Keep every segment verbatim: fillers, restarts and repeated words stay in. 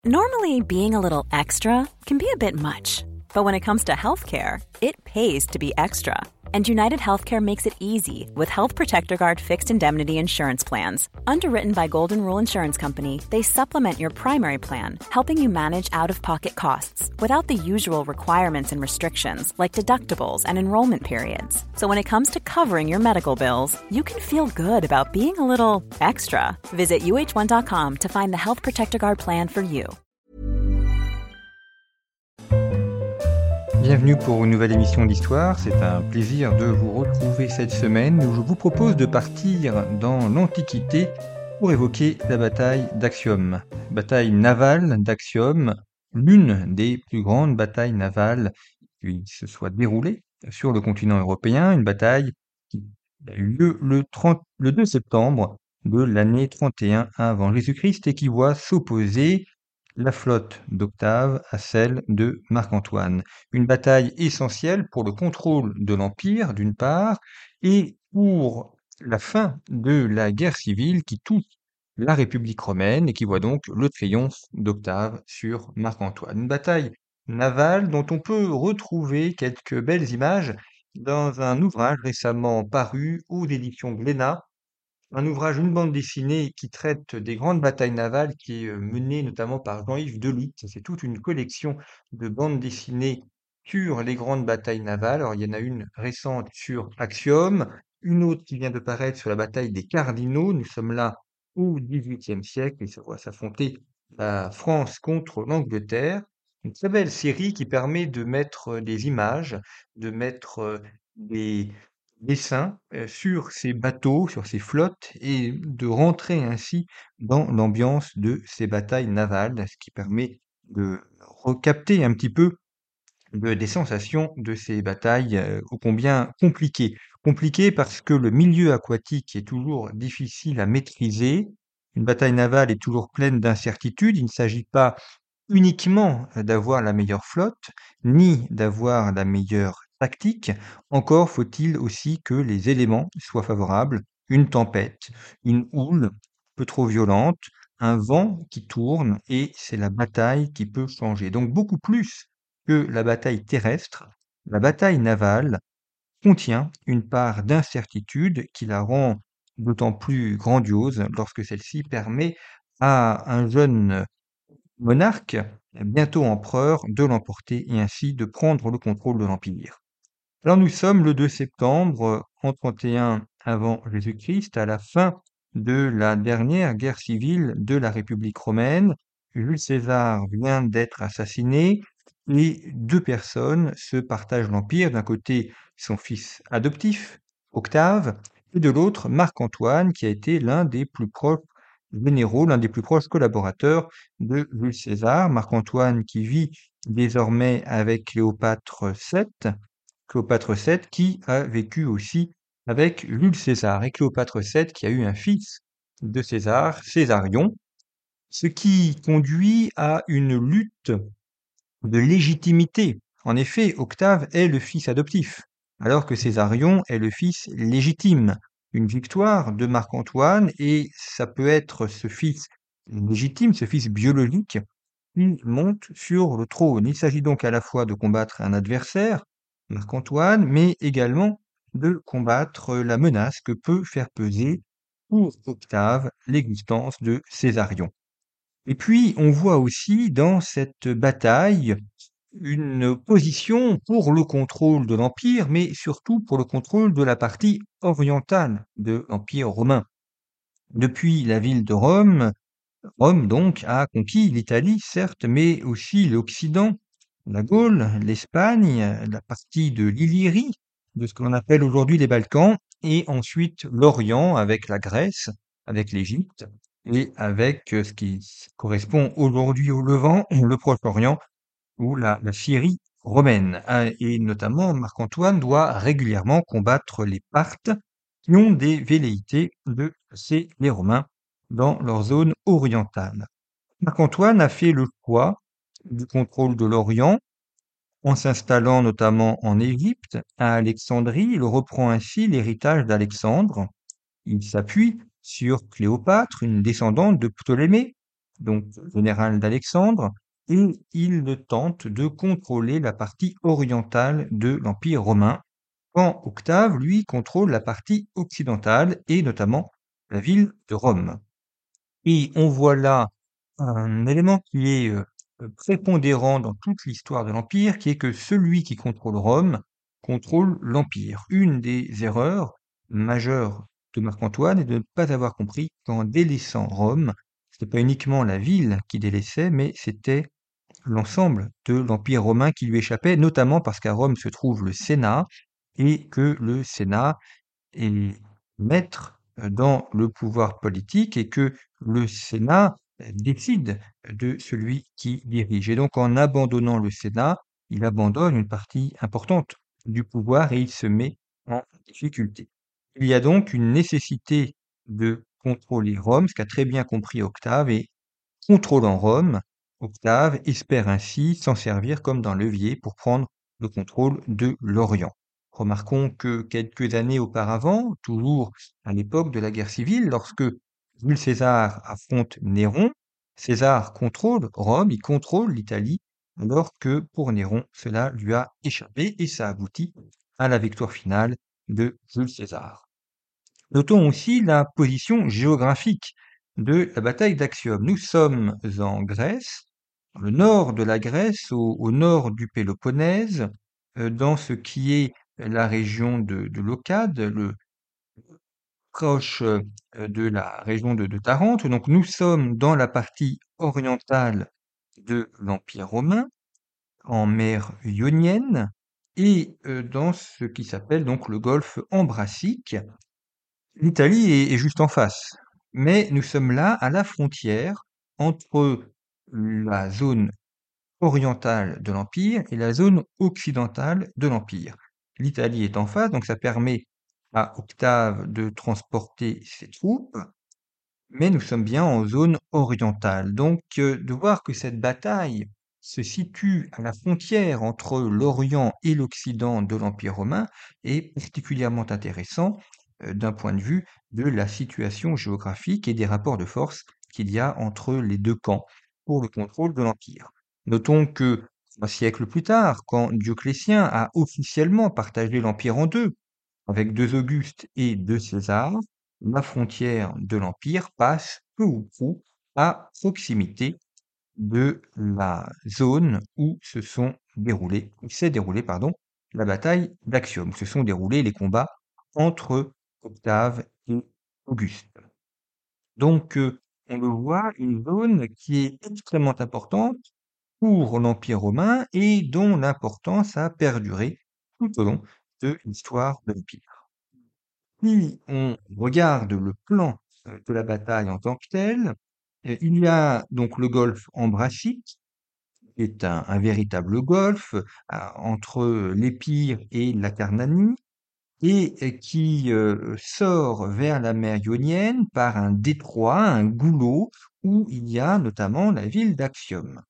Normally, being a little extra can be a bit much, but when it comes to healthcare, it pays to be extra. And United Healthcare makes it easy with Health Protector Guard fixed indemnity insurance plans. Underwritten by Golden Rule Insurance Company, they supplement your primary plan, helping you manage out-of-pocket costs without the usual requirements and restrictions like deductibles and enrollment periods. So when it comes to covering your medical bills, you can feel good about being a little extra. Visit U H one dot com to find the Health Protector Guard plan for you. Bienvenue pour une nouvelle émission d'Histoire. C'est un plaisir de vous retrouver cette semaine où je vous propose de partir dans l'Antiquité pour évoquer la bataille d'Actium. Bataille navale d'Actium, l'une des plus grandes batailles navales qui se soit déroulée sur le continent européen, une bataille qui a eu lieu le, trente, le deux septembre de l'année trente et un avant Jésus-Christ et qui voit s'opposer la flotte d'Octave à celle de Marc-Antoine. Une bataille essentielle pour le contrôle de l'Empire, d'une part, et pour la fin de la guerre civile qui touche la République romaine et qui voit donc le triomphe d'Octave sur Marc-Antoine. Une bataille navale dont on peut retrouver quelques belles images dans un ouvrage récemment paru aux éditions Glénat, un ouvrage, une bande dessinée qui traite des grandes batailles navales qui est euh, menée notamment par Jean-Yves Delutte. C'est toute une collection de bandes dessinées sur les grandes batailles navales. Alors, il y en a une récente sur Actium, une autre qui vient de paraître sur la bataille des Cardinaux. Nous sommes là au dix-huitième siècle et ça voit s'affronter la France contre l'Angleterre. Une très belle série qui permet de mettre euh, des images, de mettre euh, des dessins euh, sur ces bateaux, sur ces flottes, et de rentrer ainsi dans l'ambiance de ces batailles navales, ce qui permet de recapter un petit peu de- des sensations de ces batailles euh, ô combien compliquées. Compliquées parce que le milieu aquatique est toujours difficile à maîtriser. Une bataille navale est toujours pleine d'incertitudes. Il ne s'agit pas uniquement euh, d'avoir la meilleure flotte, ni d'avoir la meilleure tactique. Encore faut-il aussi que les éléments soient favorables. Une tempête, une houle un peu trop violente, un vent qui tourne, et c'est la bataille qui peut changer. Donc beaucoup plus que la bataille terrestre, la bataille navale contient une part d'incertitude qui la rend d'autant plus grandiose lorsque celle-ci permet à un jeune monarque, bientôt empereur, de l'emporter et ainsi de prendre le contrôle de l'Empire. Alors nous sommes le deux septembre en trente et un avant Jésus-Christ, à la fin de la dernière guerre civile de la République romaine. Jules César vient d'être assassiné et deux personnes se partagent l'Empire. D'un côté, son fils adoptif, Octave, et de l'autre, Marc-Antoine, qui a été l'un des plus proches généraux, l'un des plus proches collaborateurs de Jules César. Marc-Antoine qui vit désormais avec Cléopâtre sept, Cléopâtre sept qui a vécu aussi avec Jules César, et Cléopâtre sept qui a eu un fils de César, Césarion, ce qui conduit à une lutte de légitimité. En effet, Octave est le fils adoptif, alors que Césarion est le fils légitime. Une victoire de Marc-Antoine, et ça peut être ce fils légitime, ce fils biologique, qui monte sur le trône. Il s'agit donc à la fois de combattre un adversaire, Marc-Antoine, mais également de combattre la menace que peut faire peser pour Octave l'existence de Césarion. Et puis, on voit aussi dans cette bataille une opposition pour le contrôle de l'Empire, mais surtout pour le contrôle de la partie orientale de l'Empire romain. Depuis la ville de Rome, Rome donc a conquis l'Italie, certes, mais aussi l'Occident, la Gaule, l'Espagne, la partie de l'Illyrie, de ce que l'on appelle aujourd'hui les Balkans, et ensuite l'Orient avec la Grèce, avec l'Égypte, et avec euh, ce qui correspond aujourd'hui au Levant, le Proche-Orient, ou la, la Syrie romaine. Ah, et notamment, Marc-Antoine doit régulièrement combattre les Parthes qui ont des velléités de chasser les Romains dans leur zone orientale. Marc-Antoine a fait le choix du contrôle de l'Orient en s'installant notamment en Égypte, à Alexandrie. Il reprend ainsi l'héritage d'Alexandre. Il s'appuie sur Cléopâtre, une descendante de Ptolémée, donc général d'Alexandre, et il tente de contrôler la partie orientale de l'Empire romain, quand Octave, lui, contrôle la partie occidentale, et notamment la ville de Rome. Et on voit là un élément qui est euh, prépondérant dans toute l'histoire de l'Empire, qui est que celui qui contrôle Rome contrôle l'Empire. Une des erreurs majeures de Marc-Antoine est de ne pas avoir compris qu'en délaissant Rome, ce n'était pas uniquement la ville qui délaissait, mais c'était l'ensemble de l'Empire romain qui lui échappait, notamment parce qu'à Rome se trouve le Sénat, et que le Sénat est maître euh, dans le pouvoir politique et que le Sénat euh, décide de celui qui dirige. Et donc, en abandonnant le Sénat, il abandonne une partie importante du pouvoir et il se met en difficulté. Il y a donc une nécessité de contrôler Rome, ce qu'a très bien compris Octave, et contrôlant Rome, Octave espère ainsi s'en servir comme d'un levier pour prendre le contrôle de l'Orient. Remarquons que quelques années auparavant, toujours à l'époque de la guerre civile, lorsque Jules César affronte Néron, César contrôle Rome, il contrôle l'Italie, alors que pour Néron, cela lui a échappé et ça aboutit à la victoire finale de Jules César. Notons aussi la position géographique de la bataille d'Actium. Nous sommes en Grèce, dans le nord de la Grèce, au, au nord du Péloponnèse, euh, dans ce qui est la région de, de Leucade, le proche euh, de la région de, de Tarente. Donc nous sommes dans la partie orientale de l'Empire romain, en mer Ionienne, et euh, dans ce qui s'appelle donc le golfe Ambracique. L'Italie est, est juste en face, mais nous sommes là à la frontière entre la zone orientale de l'Empire et la zone occidentale de l'Empire. L'Italie est en face, donc ça permet à Octave de transporter ses troupes, mais nous sommes bien en zone orientale. Donc euh, de voir que cette bataille se situe à la frontière entre l'Orient et l'Occident de l'Empire romain est particulièrement intéressant euh, d'un point de vue de la situation géographique et des rapports de force qu'il y a entre les deux camps pour le contrôle de l'Empire. Notons que un siècle plus tard, quand Dioclétien a officiellement partagé l'Empire en deux, avec deux Augustes et deux Césars, la frontière de l'Empire passe peu ou prou à proximité de la zone où se sont déroulés, où s'est déroulée, pardon, la bataille d'Actium, où se sont déroulés les combats entre Octave et Auguste. Donc, euh, on le voit, une zone qui est extrêmement importante pour l'Empire romain et dont l'importance a perduré tout au long de l'histoire de l'Empire. Si on regarde le plan euh, de la bataille en tant que tel, euh, il y a donc le golfe Ambracique, qui est un, un véritable golfe euh, entre l'Épire et l'Acarnanie, et euh, qui euh, sort vers la mer Ionienne par un détroit, un goulot, où il y a notamment la ville d'Actium.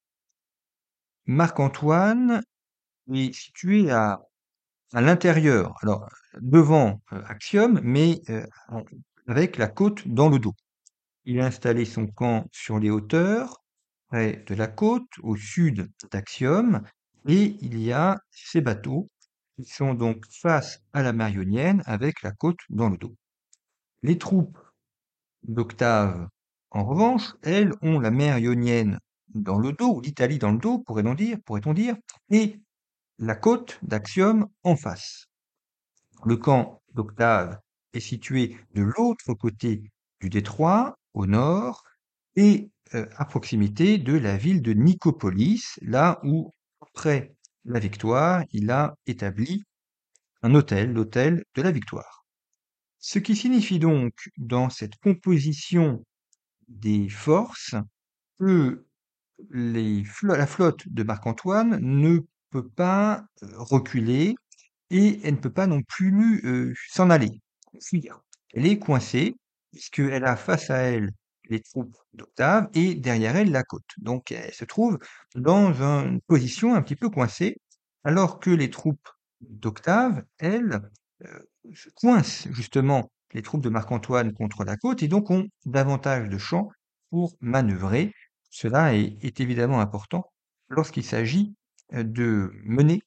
Marc-Antoine est situé à à l'intérieur, alors devant euh, Actium, mais euh, en- avec la côte dans le dos. Il a installé son camp sur les hauteurs, près de la côte, au sud d'Actium, et il y a ces bateaux qui sont donc face à la mer Ionienne avec la côte dans le dos. Les troupes d'Octave, en revanche, elles ont la mer Ionienne dans le dos, ou l'Italie dans le dos, pourrait-on dire, pourrait-on dire, et la côte d'Actium en face. Le camp d'Octave est situé de l'autre côté du détroit, au nord, et euh, à proximité de la ville de Nicopolis, là où, après la victoire, il a établi un hôtel, l'hôtel de la victoire. Ce qui signifie donc, dans cette composition des forces, que les flo- la flotte de Marc-Antoine ne peut pas euh, reculer et elle ne peut pas non plus euh, s'en aller, fuir. Elle est coincée puisqu'elle a face à elle les troupes d'Octave et derrière elle la côte. Donc elle se trouve dans une position un petit peu coincée, alors que les troupes d'Octave, elles, euh, se coincent justement les troupes de Marc-Antoine contre la côte et donc ont davantage de champs pour manœuvrer Cela est, est évidemment important lorsqu'il s'agit euh, de mener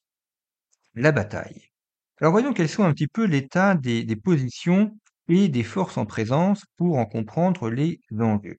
la bataille. Alors voyons quels sont un petit peu l'état des, des positions et des forces en présence pour en comprendre les enjeux.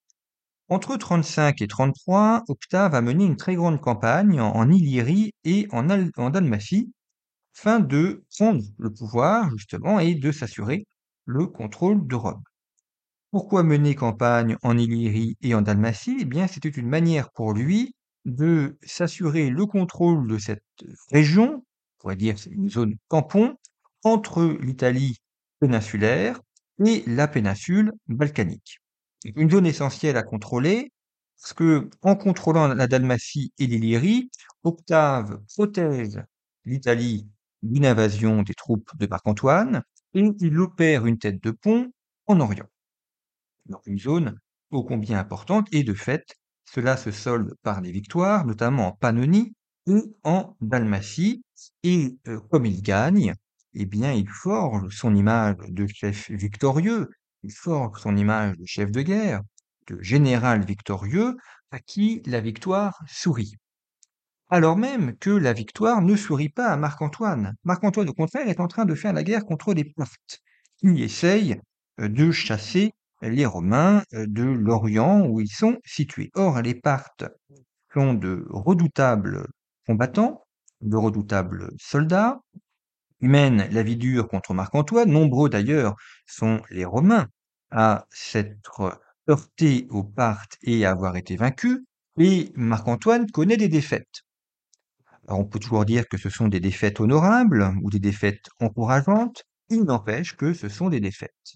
Entre trente-cinq et trente-trois, Octave a mené une très grande campagne en, en Illyrie et en, Al- en Dalmatie, afin de prendre le pouvoir, justement, et de s'assurer le contrôle de Rome. Pourquoi mener campagne en Illyrie et en Dalmatie? Eh bien, c'était une manière pour lui de s'assurer le contrôle de cette région, on pourrait dire c'est une zone tampon, entre l'Italie péninsulaire et la péninsule balkanique. C'est une zone essentielle à contrôler, parce que en contrôlant la Dalmatie et l'Illyrie, Octave protège l'Italie d'une invasion des troupes de Marc-Antoine et il opère une tête de pont en Orient, dans une zone ô combien importante, et de fait, cela se solde par des victoires, notamment en Pannonie et en Dalmatie, et euh, comme il gagne, eh bien, il forge son image de chef victorieux, il forge son image de chef de guerre, de général victorieux, à qui la victoire sourit. Alors même que la victoire ne sourit pas à Marc-Antoine. Marc-Antoine, au contraire, est en train de faire la guerre contre les Parthes, qui essayent euh, de chasser les Romains euh, de l'Orient où ils sont situés. Or, les Parthes sont de redoutables combattants, de redoutables soldats, ils mènent la vie dure contre Marc-Antoine. Nombreux d'ailleurs sont les Romains à s'être heurtés aux Parthes et à avoir été vaincus, et Marc-Antoine connaît des défaites. Alors, on peut toujours dire que ce sont des défaites honorables ou des défaites encourageantes. Il n'empêche que ce sont des défaites.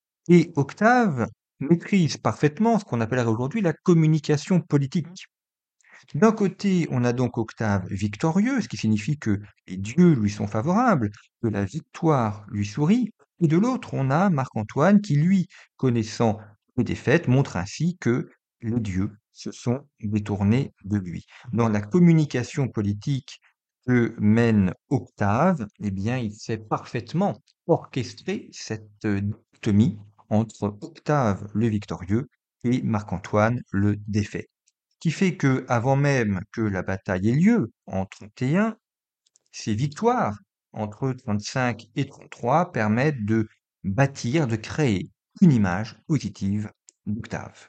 Et Octave maîtrise parfaitement ce qu'on appellerait aujourd'hui la communication politique. D'un côté, on a donc Octave victorieux, ce qui signifie que les dieux lui sont favorables, que la victoire lui sourit. Et de l'autre, on a Marc-Antoine qui, lui, connaissant les défaites, montre ainsi que les dieux se sont détournés de lui. Dans la communication politique que mène Octave, eh bien, il sait parfaitement orchestrer cette euh, dichotomie entre Octave le victorieux et Marc-Antoine le défait, qui fait que, avant même que la bataille ait lieu en trente et un, ces victoires entre trente-cinq et trente-trois permettent de bâtir, de créer une image positive d'Octave.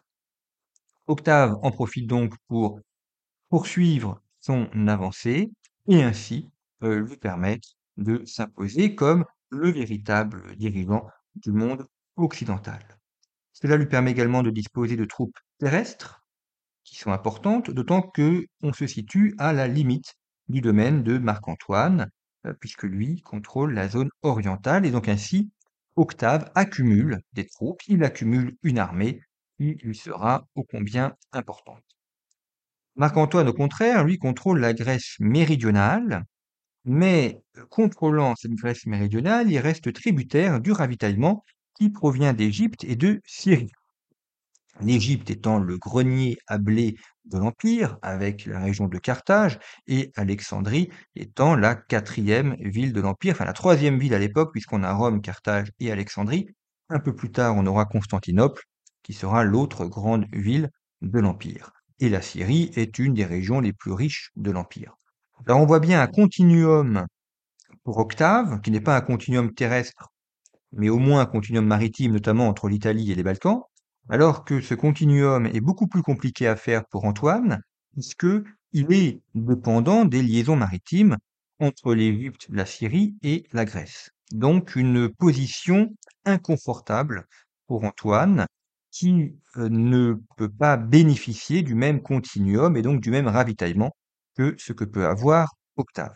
Octave en profite donc pour poursuivre son avancée et ainsi euh, lui permettre de s'imposer comme le véritable dirigeant du monde occidental. Cela lui permet également de disposer de troupes terrestres qui sont importantes, d'autant que on se situe à la limite du domaine de Marc-Antoine, euh, puisque lui contrôle la zone orientale, et donc ainsi Octave accumule des troupes, il accumule une armée qui lui sera ô combien importante. Marc-Antoine, au contraire, lui contrôle la Grèce méridionale, mais euh, contrôlant cette Grèce méridionale, il reste tributaire du ravitaillement qui provient d'Égypte et de Syrie. L'Égypte étant le grenier à blé de l'Empire, avec la région de Carthage, et Alexandrie étant la quatrième ville de l'Empire, enfin la troisième ville à l'époque, puisqu'on a Rome, Carthage et Alexandrie. Un peu plus tard, on aura Constantinople, qui sera l'autre grande ville de l'Empire. Et la Syrie est une des régions les plus riches de l'Empire. Alors on voit bien un continuum pour Octave, qui n'est pas un continuum terrestre, mais au moins un continuum maritime, notamment entre l'Italie et les Balkans, alors que ce continuum est beaucoup plus compliqué à faire pour Antoine, puisque il est dépendant des liaisons maritimes entre l'Égypte, la Syrie et la Grèce. Donc une position inconfortable pour Antoine, qui euh, ne peut pas bénéficier du même continuum et donc du même ravitaillement que ce que peut avoir Octave.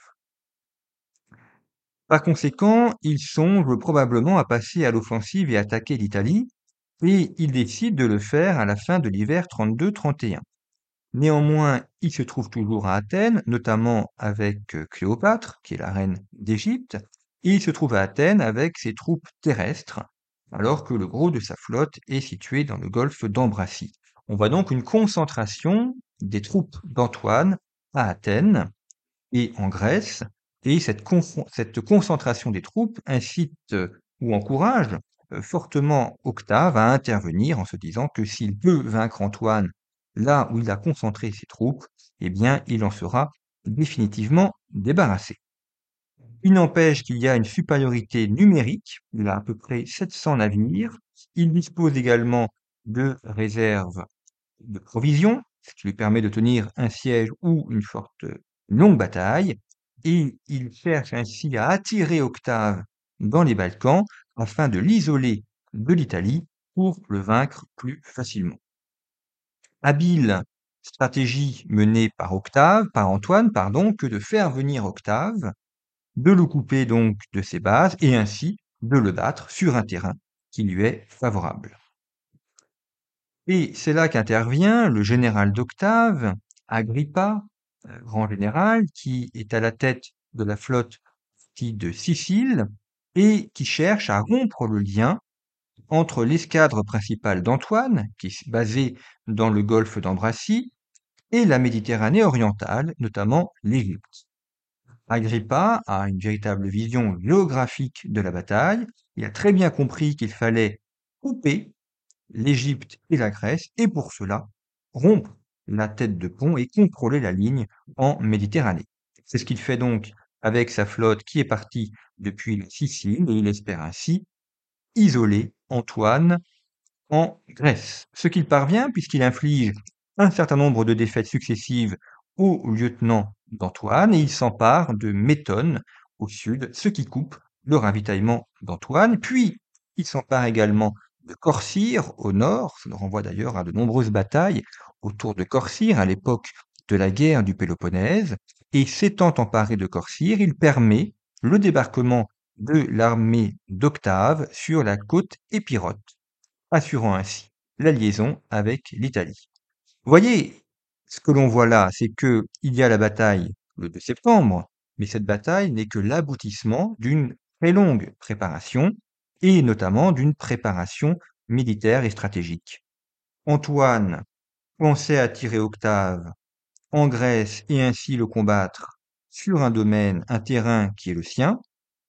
Par conséquent, il songe probablement à passer à l'offensive et attaquer l'Italie, et il décide de le faire à la fin de l'hiver trente-deux trente et un. Néanmoins, il se trouve toujours à Athènes, notamment avec euh, Cléopâtre, qui est la reine d'Égypte, et il se trouve à Athènes avec ses troupes terrestres, alors que le gros de sa flotte est situé dans le golfe d'Ambracie. On voit donc une concentration des troupes d'Antoine à Athènes et en Grèce, et cette, confon- cette concentration des troupes incite euh, ou encourage euh, fortement Octave à intervenir en se disant que s'il peut vaincre Antoine là où il a concentré ses troupes, eh bien, il en sera définitivement débarrassé. Il n'empêche qu'il y a une supériorité numérique, il a à peu près sept cents navires, il dispose également de réserves de provisions, ce qui lui permet de tenir un siège ou une forte, une longue bataille, et il cherche ainsi à attirer Octave dans les Balkans afin de l'isoler de l'Italie pour le vaincre plus facilement. Habile stratégie menée par Octave, par Antoine, pardon, que de faire venir Octave, de le couper donc de ses bases et ainsi de le battre sur un terrain qui lui est favorable. Et c'est là qu'intervient le général d'Octave, Agrippa, euh, grand général, qui est à la tête de la flotte de Sicile et qui cherche à rompre le lien entre l'escadre principale d'Antoine, qui est basée dans le golfe d'Ambracie, et la Méditerranée orientale, notamment l'Égypte. Agrippa a une véritable vision géographique de la bataille. Il a très bien compris qu'il fallait couper l'Égypte et la Grèce, et pour cela, rompre la tête de pont et contrôler la ligne en Méditerranée. C'est ce qu'il fait donc avec sa flotte qui est partie depuis la Sicile, et il espère ainsi isoler Antoine en Grèce. Ce qu'il parvient puisqu'il inflige un certain nombre de défaites successives au lieutenant d'Antoine et il s'empare de Métonne au sud, ce qui coupe le ravitaillement d'Antoine. Puis il s'empare également de Corcyre au nord, ça nous renvoie d'ailleurs à de nombreuses batailles autour de Corcyre à l'époque de la guerre du Péloponnèse, et s'étant emparé de Corcyre, il permet le débarquement de l'armée d'Octave sur la côte épirote, assurant ainsi la liaison avec l'Italie. Vous voyez, ce que l'on voit là, c'est que il y a la bataille le deux septembre, mais cette bataille n'est que l'aboutissement d'une très longue préparation, et notamment d'une préparation militaire et stratégique. Antoine pensait attirer Octave en Grèce et ainsi le combattre sur un domaine, un terrain qui est le sien.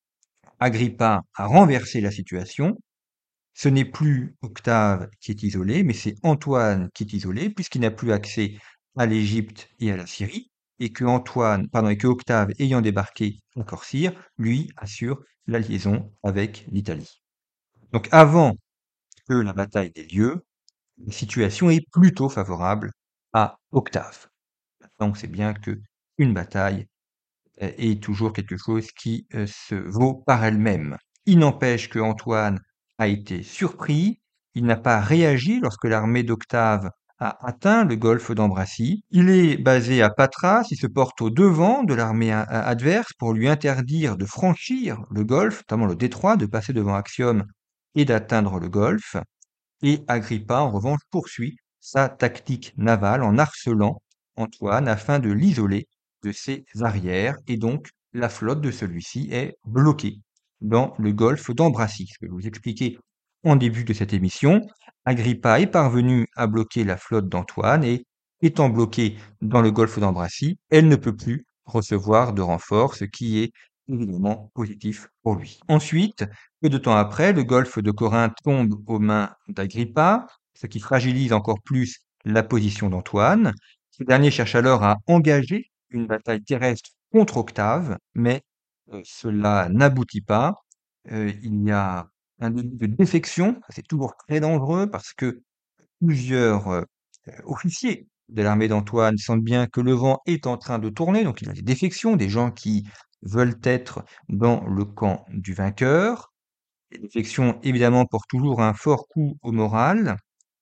Agrippa a renversé la situation. Ce n'est plus Octave qui est isolé, mais c'est Antoine qui est isolé, puisqu'il n'a plus accès à l'Égypte et à la Syrie, et que Antoine, pardon, et que Octave, ayant débarqué à Corcyre, lui assure la liaison avec l'Italie. Donc avant que la bataille ait lieu, la situation est plutôt favorable à Octave. Maintenant, on sait bien que une bataille euh, est toujours quelque chose qui euh, se vaut par elle-même. Il n'empêche que Antoine a été surpris, il n'a pas réagi lorsque l'armée d'Octave a atteint le golfe d'Ambracie. Il est basé à Patras, il se porte au devant de l'armée a- a- adverse pour lui interdire de franchir le golfe, notamment le détroit, de passer devant Actium et d'atteindre le golfe. Et Agrippa, en revanche, poursuit sa tactique navale en harcelant Antoine afin de l'isoler de ses arrières, et donc la flotte de celui-ci est bloquée dans le golfe d'Ambracie. Ce que je vous expliquais en début de cette émission, Agrippa est parvenu à bloquer la flotte d'Antoine et, étant bloquée dans le golfe d'Ambracie, elle ne peut plus recevoir de renfort, ce qui est évidemment positif pour lui. Ensuite, peu de temps après, le golfe de Corinthe tombe aux mains d'Agrippa, ce qui fragilise encore plus la position d'Antoine. Ce dernier cherche alors à engager une bataille terrestre contre Octave, mais euh, cela n'aboutit pas. Euh, il y a un début de défection, c'est toujours très dangereux parce que plusieurs euh, officiers de l'armée d'Antoine sentent bien que le vent est en train de tourner, donc il y a des défections, des gens qui veulent être dans le camp du vainqueur. Les défections, évidemment, portent toujours un fort coup au moral.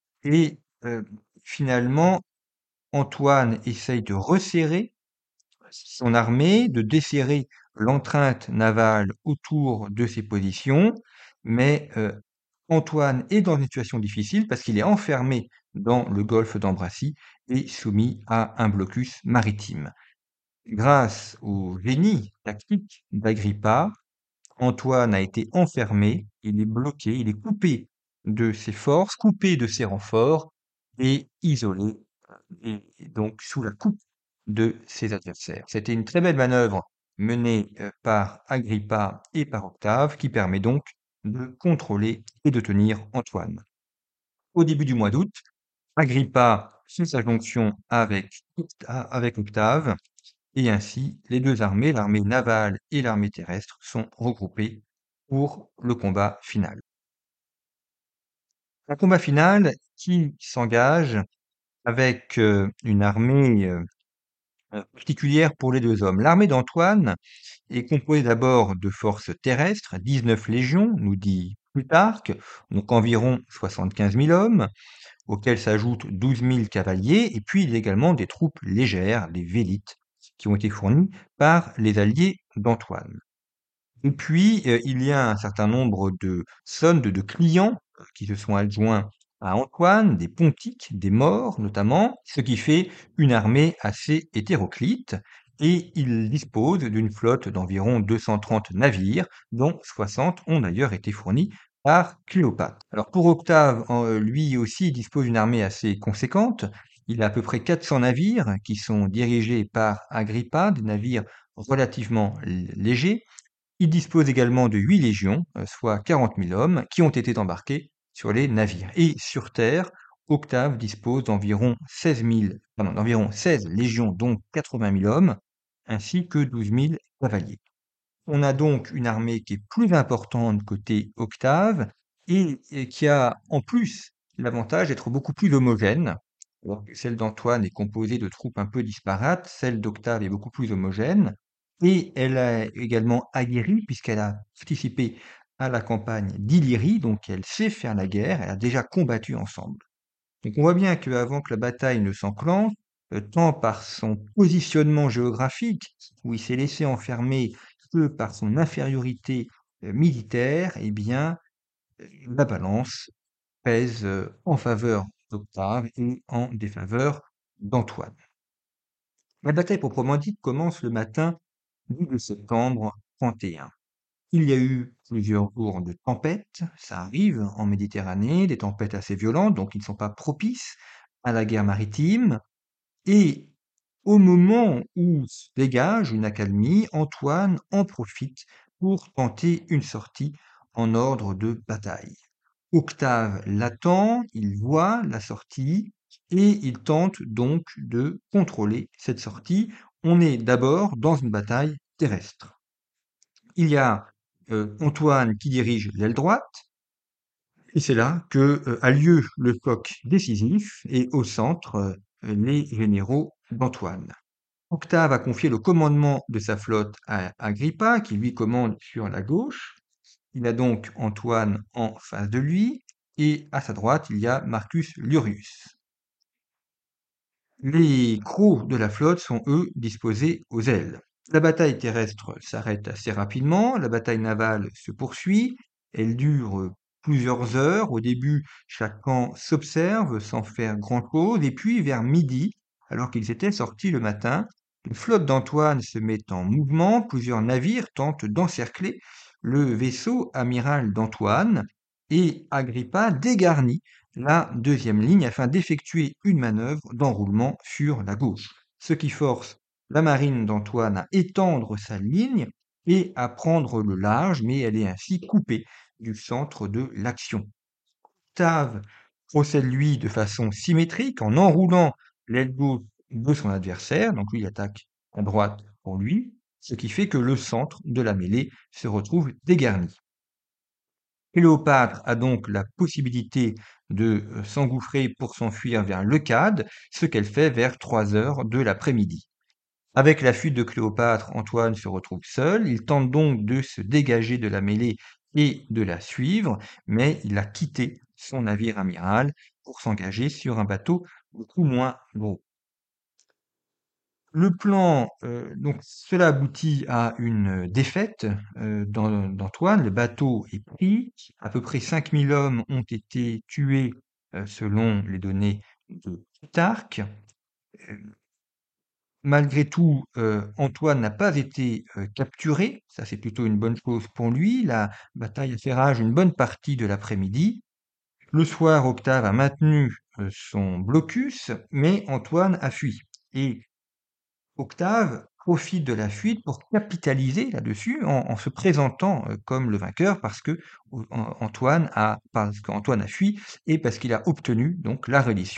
Et euh, finalement, Antoine essaye de resserrer son armée, de desserrer l'enceinte navale autour de ses positions, mais euh, Antoine est dans une situation difficile parce qu'il est enfermé dans le golfe d'Ambracie et soumis à un blocus maritime. Grâce au génie tactique d'Agrippa, Antoine a été enfermé, il est bloqué, il est coupé de ses forces, coupé de ses renforts et isolé, et donc sous la coupe de ses adversaires. C'était une très belle manœuvre menée euh, par Agrippa et par Octave qui permet donc de contrôler et de tenir Antoine. Au début du mois d'août, Agrippa fait sa jonction avec, Octa- avec Octave, et ainsi les deux armées, l'armée navale et l'armée terrestre, sont regroupées pour le combat final. Un combat final qui s'engage avec euh, une armée euh, particulière pour les deux hommes. L'armée d'Antoine est composée d'abord de forces terrestres, dix-neuf légions, nous dit Plutarque, donc environ soixante-quinze mille hommes, auxquels s'ajoutent douze mille cavaliers, et puis il y a également des troupes légères, les vélites, qui ont été fournies par les alliés d'Antoine. Et puis, euh, il y a un certain nombre de sondes, de clients euh, qui se sont adjoints à Antoine, des pontiques, des morts notamment, ce qui fait une armée assez hétéroclite. Et il dispose d'une flotte d'environ deux cent trente navires, dont soixante ont d'ailleurs été fournis par Cléopâtre. Alors pour Octave, en- euh, lui aussi dispose d'une armée assez conséquente. Il a à peu près quatre cents navires qui sont dirigés par Agrippa, des navires relativement l- légers. Il dispose également de huit légions, euh, soit quarante mille hommes, qui ont été embarqués sur les navires. Et sur terre, Octave dispose d'environ seize mille, pardon, d'environ seize légions, dont quatre-vingt mille hommes, ainsi que douze mille cavaliers. On a donc une armée qui est plus importante côté Octave et, et qui a en plus l'avantage d'être beaucoup plus homogène. Alors que celle d'Antoine est composée de troupes un peu disparates, celle d'Octave est beaucoup plus homogène et elle est également aguerrie puisqu'elle a participé à la campagne d'Illyrie, donc elle sait faire la guerre, elle a déjà combattu ensemble. Donc on voit bien qu'avant que la bataille ne s'enclenche, euh, tant par son positionnement géographique, où il s'est laissé enfermer, que par son infériorité euh, militaire, eh bien, euh, la balance pèse euh, en faveur d'Octave et en défaveur d'Antoine. La bataille proprement dite commence le matin du deux septembre trente et un. Il y a eu plusieurs jours de tempêtes, ça arrive en Méditerranée, des tempêtes assez violentes, donc ils ne sont pas propices à la guerre maritime. Et au moment où se dégage une accalmie, Antoine en profite pour tenter une sortie en ordre de bataille. Octave l'attend, il voit la sortie et il tente donc de contrôler cette sortie. On est d'abord dans une bataille terrestre. Il y a euh, Antoine qui dirige l'aile droite, et c'est là que euh, a lieu le choc décisif, et au centre, euh, les généraux d'Antoine. Octave a confié le commandement de sa flotte à Agrippa, qui lui commande sur la gauche. Il a donc Antoine en face de lui, et à sa droite, il y a Marcus Lurius. Les crocs de la flotte sont, eux, disposés aux ailes. La bataille terrestre s'arrête assez rapidement, la bataille navale se poursuit, elle dure euh, plusieurs heures. Au début, chaque camp s'observe sans faire grand-chose, et puis vers midi, alors qu'ils étaient sortis le matin, une flotte d'Antoine se met en mouvement, plusieurs navires tentent d'encercler le vaisseau amiral d'Antoine, et Agrippa dégarnit la deuxième ligne afin d'effectuer une manœuvre d'enroulement sur la gauche, ce qui force la marine d'Antoine à étendre sa ligne et à prendre le large, mais elle est ainsi coupée du centre de l'action. Octave procède lui de façon symétrique en enroulant l'aile gauche de son adversaire, donc lui il attaque à droite pour lui, ce qui fait que le centre de la mêlée se retrouve dégarni. Cléopâtre a donc la possibilité de euh, s'engouffrer pour s'enfuir vers Leucade, ce qu'elle fait vers trois heures de l'après-midi. Avec la fuite de Cléopâtre, Antoine se retrouve seul. Il tente donc de se dégager de la mêlée et de la suivre, mais il a quitté son navire amiral pour s'engager sur un bateau beaucoup moins gros. Le plan, heu, donc cela aboutit à une, heu, défaite, heu, d'An d'Antoine. Le bateau est pris. À peu près cinq mille hommes ont été tués, heu, selon les données de Plutarque. Hem, Malgré tout, heu, Antoine n'a pas été, heu, capturé. Ça, c'est plutôt une bonne chose pour lui. La bataille a fait rage une bonne partie de l'après-midi. Le soir, Octave a maintenu, heu, son blocus, mais Antoine a fui et Octave profite de la fuite pour capitaliser là-dessus en, en se présentant euh, comme le vainqueur parce que Antoine a, parce qu'Antoine a fui et parce qu'il a obtenu donc la reddition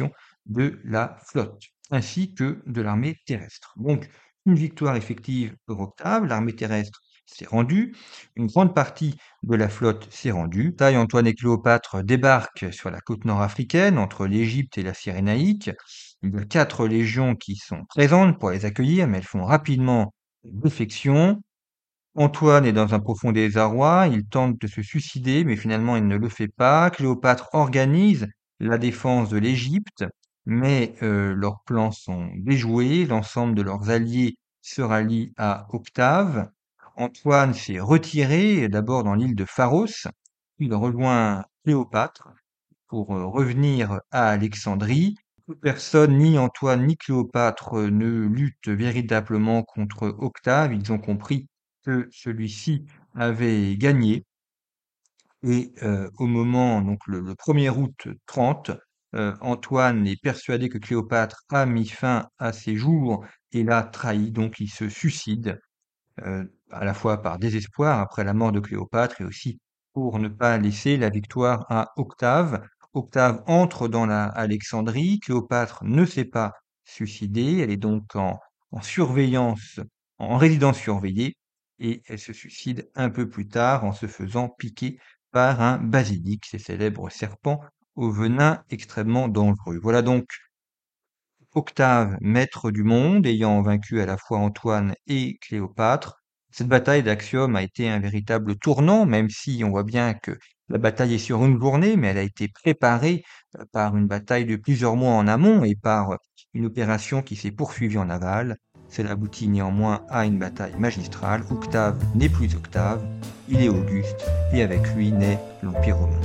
de la flotte, ainsi que de l'armée terrestre. Donc, une victoire effective pour Octave, l'armée terrestre s'est rendue, une grande partie de la flotte s'est rendue. Taille, Antoine et Cléopâtre débarquent sur la côte nord-africaine, entre l'Égypte et la Cyrénaïque. Il y a quatre légions qui sont présentes pour les accueillir, mais elles font rapidement défection. Antoine est dans un profond désarroi, il tente de se suicider, mais finalement il ne le fait pas. Cléopâtre organise la défense de l'Égypte, mais euh, leurs plans sont déjoués, l'ensemble de leurs alliés se rallient à Octave. Antoine s'est retiré d'abord dans l'île de Pharos, puis il rejoint Cléopâtre pour euh, revenir à Alexandrie. Personne, ni Antoine ni Cléopâtre, euh, ne luttent véritablement contre Octave. Ils ont compris que celui-ci avait gagné. Et euh, au moment, donc le, le premier août trente, euh, Antoine est persuadé que Cléopâtre a mis fin à ses jours et l'a trahi, donc il se suicide, euh, à la fois par désespoir après la mort de Cléopâtre et aussi pour ne pas laisser la victoire à Octave. Octave entre dans la Alexandrie, Cléopâtre ne s'est pas suicidée, elle est donc en, en surveillance, en résidence surveillée, et elle se suicide un peu plus tard en se faisant piquer par un basilic, ces célèbres serpents au venin extrêmement dangereux. Voilà donc Octave, maître du monde, ayant vaincu à la fois Antoine et Cléopâtre. Cette bataille d'Actium a été un véritable tournant, même si on voit bien que la bataille est sur une journée, mais elle a été préparée euh, par une bataille de plusieurs mois en amont et par une opération qui s'est poursuivie en aval. Cela aboutit néanmoins à une bataille magistrale. Octave n'est plus Octave, il est Auguste, et avec lui naît l'Empire romain.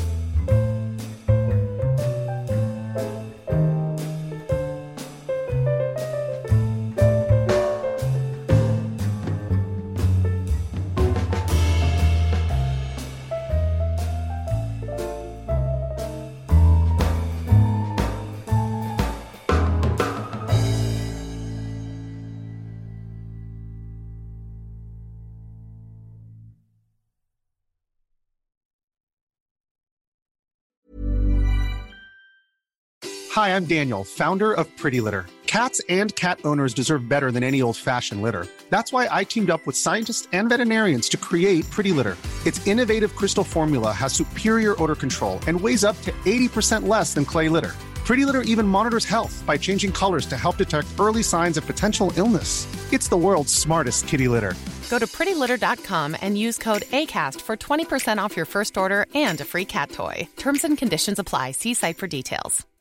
Hi, I'm Daniel, founder of Pretty Litter. Cats and cat owners deserve better than any old-fashioned litter. That's why I teamed up with scientists and veterinarians to create Pretty Litter. Its innovative crystal formula has superior odor control and weighs up to eighty percent less than clay litter. Pretty Litter even monitors health by changing colors to help detect early signs of potential illness. It's the world's smartest kitty litter. Go to pretty litter dot com and use code ACAST for twenty percent off your first order and a free cat toy. Terms and conditions apply. See site for details.